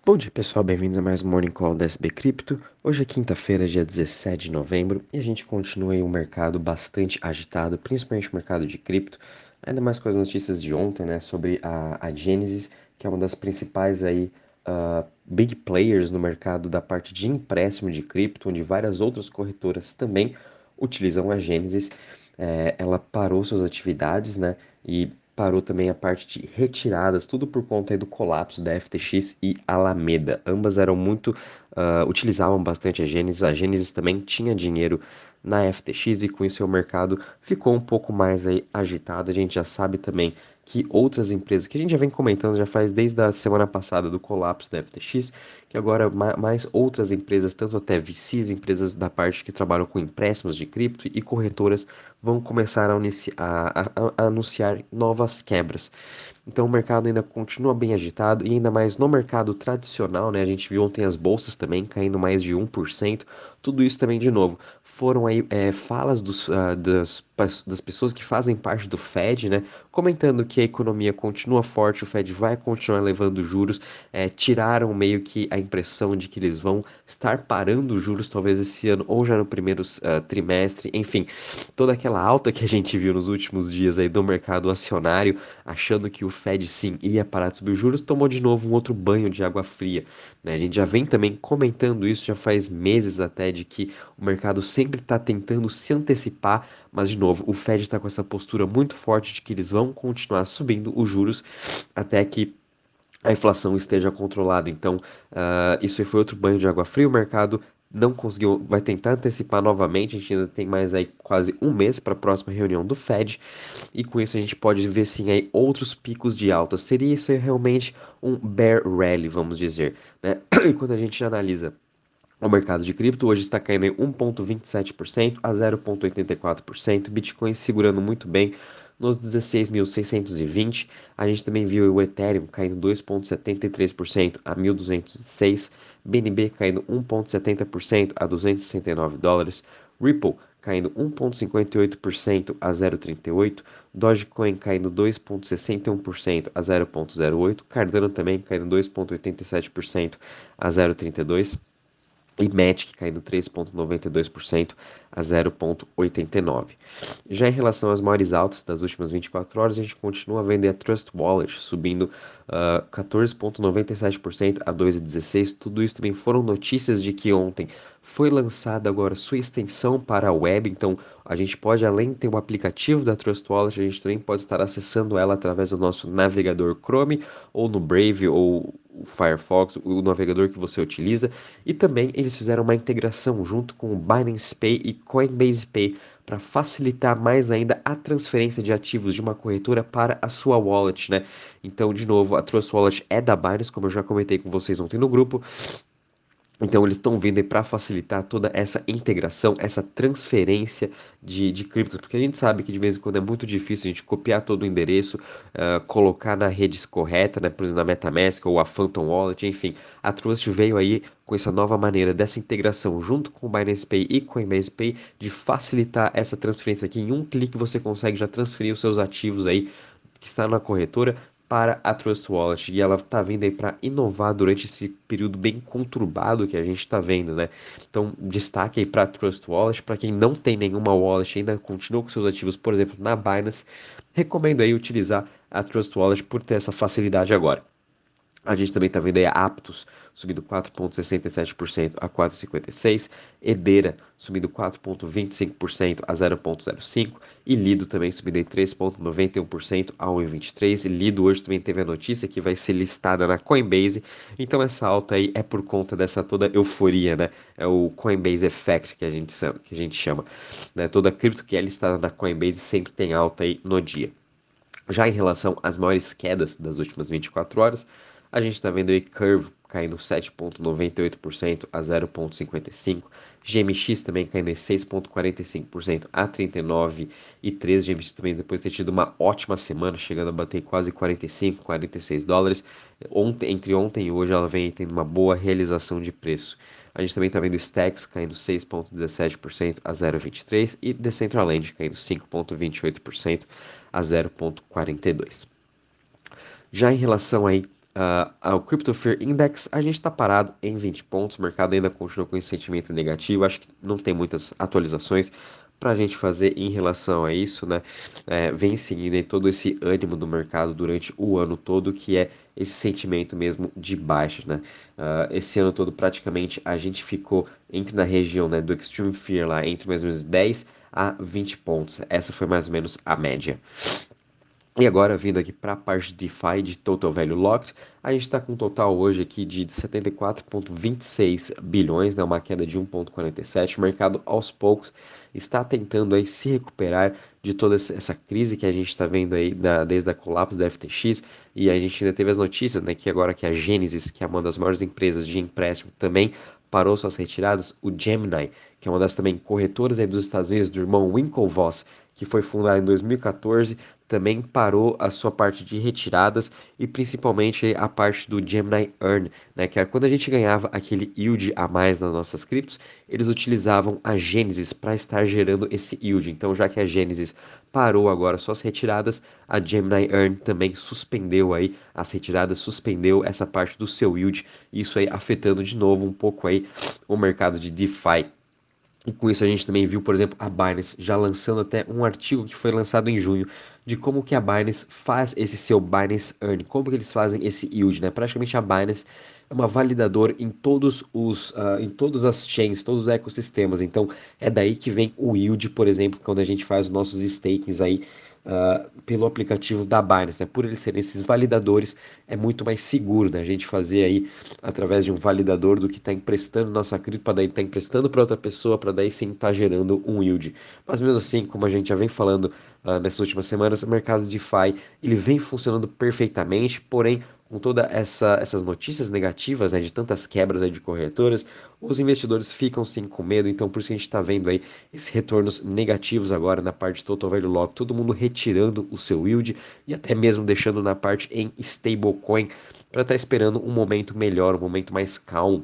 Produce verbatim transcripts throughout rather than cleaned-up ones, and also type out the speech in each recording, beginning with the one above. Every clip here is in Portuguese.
Bom dia pessoal, bem-vindos a mais um Morning Call da S B Cripto. Hoje é quinta-feira, dia dezessete de novembro, e a gente continua em um mercado bastante agitado, principalmente o mercado de cripto, ainda mais com as notícias de ontem, né, sobre a, a Genesis, que é uma das principais aí, uh, big players no mercado da parte de empréstimo de cripto, onde várias outras corretoras também utilizam a Genesis. É, ela parou suas atividades, né, e parou também a parte de retiradas, tudo por conta aí do colapso da F T X e Alameda. Ambas eram muito, uh, utilizavam bastante a Genesis. A Genesis também tinha dinheiro na F T X e com isso o mercado ficou um pouco mais aí agitado. A gente já sabe também que outras empresas, que a gente já vem comentando já faz desde a semana passada do colapso da F T X, que agora ma mais outras empresas, tanto até V Cs, empresas da parte que trabalham com empréstimos de cripto e corretoras, vão começar a, a, a, a anunciar novas quebras. Então o mercado ainda continua bem agitado e ainda mais no mercado tradicional, né? A gente viu ontem as bolsas também caindo mais de um por cento. Tudo isso também, de novo, foram aí é, falas dos, uh, das, das pessoas que fazem parte do Fed, né? Comentando que a economia continua forte, o Fed vai continuar levando juros. É, tiraram meio que a impressão de que eles vão estar parando os juros talvez esse ano ou já no primeiro uh, trimestre. Enfim, toda aquela alta que a gente viu nos últimos dias aí do mercado acionário, achando que o Fed sim ia parar de subir os juros, tomou de novo um outro banho de água fria, né? A gente já vem também comentando isso já faz meses até, de que o mercado sempre está tentando se antecipar, mas de novo, o Fed está com essa postura muito forte de que eles vão continuar subindo os juros até que a inflação esteja controlada. Então, uh, isso aí foi outro banho de água fria. O mercado não conseguiu, vai tentar antecipar novamente. A gente ainda tem mais aí quase um mês para a próxima reunião do Fed, e com isso a gente pode ver sim aí outros picos de alta. Seria isso aí realmente um bear rally, vamos dizer, né? E quando a gente analisa o mercado de cripto, hoje está caindo em um vírgula vinte e sete por cento a zero vírgula oitenta e quatro por cento. Bitcoin segurando muito bem nos dezesseis mil seiscentos e vinte. A gente também viu o Ethereum caindo dois vírgula setenta e três por cento a mil duzentos e seis. B N B caindo um vírgula setenta por cento a duzentos e sessenta e nove dólares. Ripple caindo um vírgula cinquenta e oito por cento a zero vírgula trinta e oito. Dogecoin caindo dois vírgula sessenta e um por cento a zero vírgula zero oito. Cardano também caindo dois vírgula oitenta e sete por cento a zero vírgula trinta e dois. E Matic caindo três vírgula noventa e dois por cento a zero vírgula oitenta e nove. Já em relação às maiores altas das últimas vinte e quatro horas, a gente continua vendo a Trust Wallet subindo uh, quatorze vírgula noventa e sete por cento a dois vírgula dezesseis por cento. Tudo isso também foram notícias de que ontem foi lançada agora sua extensão para a web, então a gente pode, além de ter o aplicativo da Trust Wallet, a gente também pode estar acessando ela através do nosso navegador Chrome ou no Brave ou o Firefox, o navegador que você utiliza. E também eles fizeram uma integração junto com o Binance Pay e Coinbase Pay para facilitar mais ainda a transferência de ativos de uma corretora para a sua wallet, né? Então, de novo, a Trust Wallet é da Binance, como eu já comentei com vocês ontem no grupo. Então eles estão vindo aí para facilitar toda essa integração, essa transferência de, de criptos, porque a gente sabe que de vez em quando é muito difícil a gente copiar todo o endereço, uh, colocar na rede correta, né, por exemplo, na MetaMask ou a Phantom Wallet, enfim. A Trust veio aí com essa nova maneira dessa integração junto com o Binance Pay e Coinbase Pay, de facilitar essa transferência aqui. Em um clique você consegue já transferir os seus ativos aí que está na corretora para a Trust Wallet, e ela está vindo aí para inovar durante esse período bem conturbado que a gente está vendo, né? Então, destaque aí para a Trust Wallet. Para quem não tem nenhuma wallet, ainda continua com seus ativos, por exemplo, na Binance, recomendo aí utilizar a Trust Wallet por ter essa facilidade agora. A gente também está vendo aí a Aptos subindo quatro vírgula sessenta e sete por cento a quatro vírgula cinquenta e seis por cento, Edera subindo quatro vírgula vinte e cinco por cento a zero vírgula zero cinco por cento e Lido também subindo aí três vírgula noventa e um por cento a um vírgula vinte e três por cento. Lido hoje também teve a notícia que vai ser listada na Coinbase, então essa alta aí é por conta dessa toda euforia, né? É o Coinbase Effect que a gente, que a gente chama, né? Toda cripto que é listada na Coinbase sempre tem alta aí no dia. Já em relação às maiores quedas das últimas vinte e quatro horas, a gente está vendo aí Curve caindo sete vírgula noventa e oito por cento a zero vírgula cinquenta e cinco por cento. G M X também caindo em seis vírgula quarenta e cinco por cento a trinta e nove e três. G M X também depois de ter tido uma ótima semana, chegando a bater quase quarenta e cinco, quarenta e seis dólares. Ontem, entre ontem e hoje ela vem tendo uma boa realização de preço. A gente também está vendo Stacks caindo seis vírgula dezessete por cento a zero vírgula vinte e três por cento e Decentraland caindo cinco vírgula vinte e oito por cento a zero vírgula quarenta e dois por cento. Já em relação aí Uh, ao Crypto Fear Index, a gente está parado em vinte pontos, o mercado ainda continua com esse sentimento negativo, acho que não tem muitas atualizações para a gente fazer em relação a isso, né? É, vem seguindo aí todo esse ânimo do mercado durante o ano todo, que é esse sentimento mesmo de baixa, né? Uh, esse ano todo praticamente a gente ficou entre na região, né, do Extreme Fear lá, entre mais ou menos dez a vinte pontos, essa foi mais ou menos a média. E agora, vindo aqui para a parte de DeFi, de Total Value Locked, a gente está com um total hoje aqui de setenta e quatro vírgula vinte e seis bilhões, né, uma queda de um vírgula quarenta e sete. O mercado, aos poucos, está tentando aí se recuperar de toda essa crise que a gente está vendo aí da, desde a colapso da F T X. E a gente ainda teve as notícias, né, que agora que a Genesis, que é uma das maiores empresas de empréstimo, também parou suas retiradas. O Gemini, que é uma das também corretoras aí dos Estados Unidos, do irmão Winklevoss, que foi fundado em dois mil e quatorze, também parou a sua parte de retiradas e principalmente a parte do Gemini Earn, né, que era quando a gente ganhava aquele yield a mais nas nossas criptos, eles utilizavam a Genesis para estar gerando esse yield. Então, já que a Genesis parou agora suas retiradas, a Gemini Earn também suspendeu aí as retiradas, suspendeu essa parte do seu yield, isso aí afetando de novo um pouco aí o mercado de DeFi. E com isso a gente também viu, por exemplo, a Binance já lançando até um artigo que foi lançado em junho de como que a Binance faz esse seu Binance Earn, como que eles fazem esse yield, né? Praticamente a Binance é uma validadora em todos os, uh, em todas as chains, todos os ecossistemas. Então é daí que vem o yield, por exemplo, quando a gente faz os nossos stakings aí uh, pelo aplicativo da Binance, né? Por eles serem esses validadores, é muito mais seguro, né? A gente fazer aí através de um validador do que está emprestando nossa cripto para daí estar tá emprestando para outra pessoa, para daí sim estar tá gerando um yield. Mas mesmo assim, como a gente já vem falando uh, nessas últimas semanas, o mercado de DeFi ele vem funcionando perfeitamente, porém com todas essa, essas notícias negativas, né, de tantas quebras aí de corretoras, os investidores ficam sim com medo, então por isso que a gente está vendo aí esses retornos negativos agora na parte Total Value Lock, todo mundo retirando o seu yield e até mesmo deixando na parte em stablecoin para estar tá esperando um momento melhor, um momento mais calmo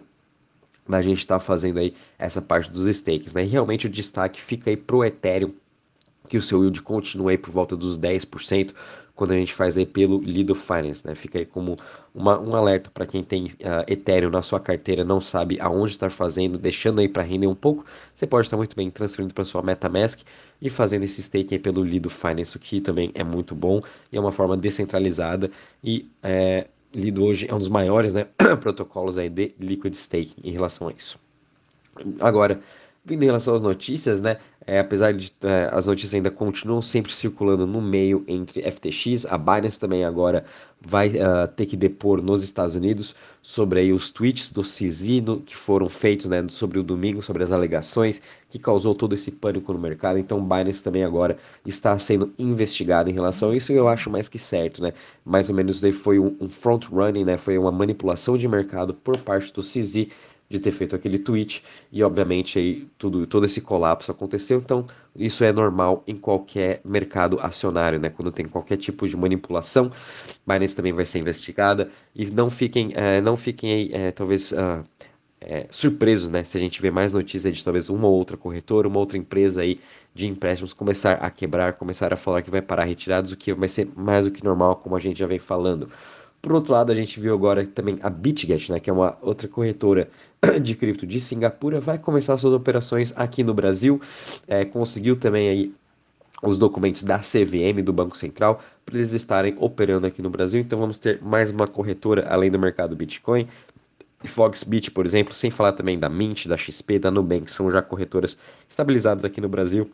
da gente estar tá fazendo aí essa parte dos stakes, né? E realmente o destaque fica aí pro Ethereum, que o seu yield continua aí por volta dos dez por cento quando a gente faz aí pelo Lido Finance, né? Fica aí como uma, um alerta para quem tem uh, Ethereum na sua carteira, não sabe aonde estar fazendo, deixando aí para render um pouco, você pode estar muito bem transferindo para sua MetaMask e fazendo esse stake aí pelo Lido Finance, o que também é muito bom e é uma forma descentralizada e é, Lido hoje é um dos maiores, né, protocolos aí de liquid staking em relação a isso. Agora, vindo em relação às notícias, né? É, apesar de é, as notícias ainda continuam sempre circulando no meio entre F T X, a Binance também agora vai uh, ter que depor nos Estados Unidos sobre aí os tweets do C Z no, que foram feitos, né, sobre o domingo, sobre as alegações que causou todo esse pânico no mercado. Então, Binance também agora está sendo investigado em relação a isso e eu acho mais que certo, né? Mais ou menos aí foi um, um front running, né? Foi uma manipulação de mercado por parte do C Z de ter feito aquele tweet e obviamente aí tudo, todo esse colapso aconteceu, então isso é normal em qualquer mercado acionário, né? Quando tem qualquer tipo de manipulação, Binance também vai ser investigada e não fiquem, é, não fiquem aí, é, talvez uh, é, surpresos, né? Se a gente vê mais notícias de talvez uma ou outra corretora, uma outra empresa aí de empréstimos começar a quebrar, começar a falar que vai parar retirados, o que vai ser mais do que normal, como a gente já vem falando. Por outro lado, a gente viu agora também a BitGet, né, que é uma outra corretora de cripto de Singapura, vai começar suas operações aqui no Brasil. É, conseguiu também aí os documentos da C V M, do Banco Central, para eles estarem operando aqui no Brasil. Então vamos ter mais uma corretora além do mercado Bitcoin. E Foxbit, por exemplo, sem falar também da Mint, da X P, da Nubank, são já corretoras estabilizadas aqui no Brasil,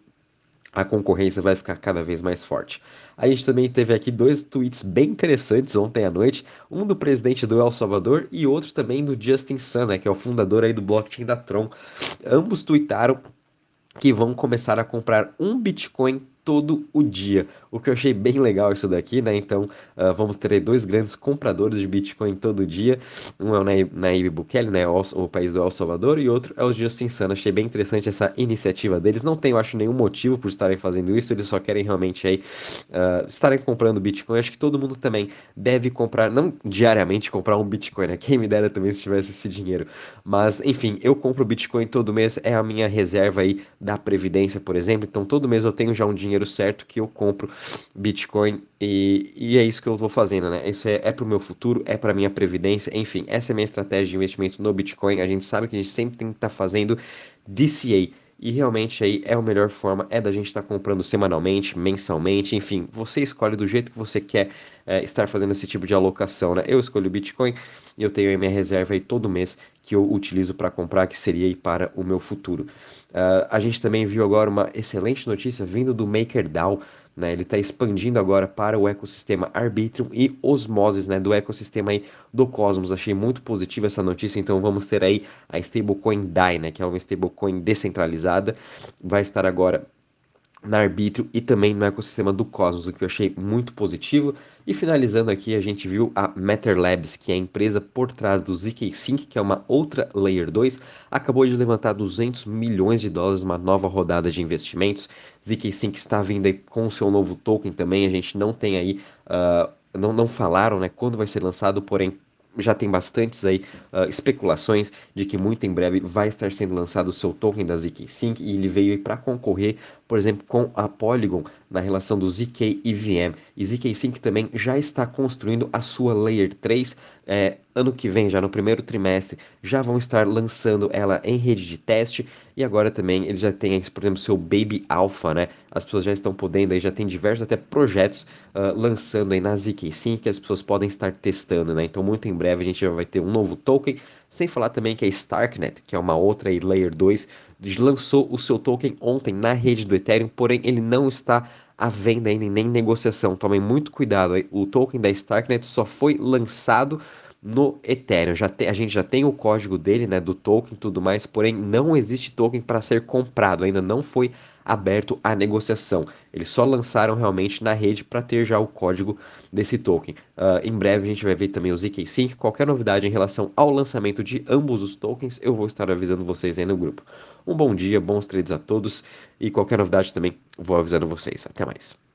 a concorrência vai ficar cada vez mais forte. A gente também teve aqui dois tweets bem interessantes ontem à noite, um do presidente do El Salvador e outro também do Justin Sun, né, que é o fundador aí do blockchain da Tron. Ambos tweetaram que vão começar a comprar um Bitcoin todo o dia. O que eu achei bem legal isso daqui, né? Então, uh, vamos ter aí dois grandes compradores de Bitcoin todo dia. Um é o Nayib, Nayib Bukele, né? O, o país do El Salvador, e outro é o Justin Sun. Achei bem interessante essa iniciativa deles. Não tem, eu acho, nenhum motivo por estarem fazendo isso. Eles só querem realmente aí uh, estarem comprando Bitcoin. Acho que todo mundo também deve comprar, não diariamente comprar um Bitcoin, né? Quem me dera também se tivesse esse dinheiro. Mas, enfim, eu compro Bitcoin todo mês. É a minha reserva aí da Previdência, por exemplo. Então, todo mês eu tenho já um dinheiro dinheiro certo que eu compro Bitcoin e, e é isso que eu vou fazendo, né? Isso é, é para o meu futuro, é para minha previdência, enfim, essa é a minha estratégia de investimento no Bitcoin. A gente sabe que a gente sempre tem que estar fazendo D C A. E realmente aí é a melhor forma, é da gente estar comprando semanalmente, mensalmente, enfim, você escolhe do jeito que você quer é, estar fazendo esse tipo de alocação, né? Eu escolho o Bitcoin e eu tenho aí minha reserva aí todo mês que eu utilizo para comprar, que seria aí para o meu futuro. Uh, a gente também viu agora uma excelente notícia vindo do MakerDAO, né? Ele está expandindo agora para o ecossistema Arbitrum e Osmosis, né? Do ecossistema aí do Cosmos. Achei muito positiva essa notícia, então vamos ter aí a stablecoin D A I, né? Que é uma stablecoin descentralizada, vai estar agora na Arbítrio e também no ecossistema do Cosmos, o que eu achei muito positivo. E finalizando aqui, a gente viu a Matter Labs, que é a empresa por trás do Z K Sync, que é uma outra Layer dois, acabou de levantar duzentos milhões de dólares numa nova rodada de investimentos. Z K Sync está vindo aí com o seu novo token também, a gente não tem aí, uh, não, não falaram, né, quando vai ser lançado, porém já tem bastantes aí uh, especulações de que muito em breve vai estar sendo lançado o seu token da Z K Sync e ele veio aí para concorrer, por exemplo, com a Polygon na relação do Z K E V M. E Z K Sync também já está construindo a sua Layer três. É, ano que vem, já no primeiro trimestre, já vão estar lançando ela em rede de teste. E agora também eles já têm, por exemplo, seu Baby Alpha, né? As pessoas já estão podendo, aí já tem diversos até projetos uh, lançando aí na Z K Sync que as pessoas podem estar testando, né? Então muito em breve a gente já vai ter um novo token. Sem falar também que a Starknet, que é uma outra aí, Layer dois, lançou o seu token ontem na rede do Ethereum, porém ele não está à venda ainda nem em negociação. Tomem muito cuidado, aí. O token da Starknet só foi lançado no Ethereum. Já te, a gente já tem o código dele, né, do token e tudo mais, porém não existe token para ser comprado, ainda não foi aberto a negociação. Eles só lançaram realmente na rede para ter já o código desse token. Uh, em breve a gente vai ver também o Z K Sync. Qualquer novidade em relação ao lançamento de ambos os tokens, eu vou estar avisando vocês aí no grupo. Um bom dia, bons trades a todos e qualquer novidade também vou avisando vocês. Até mais.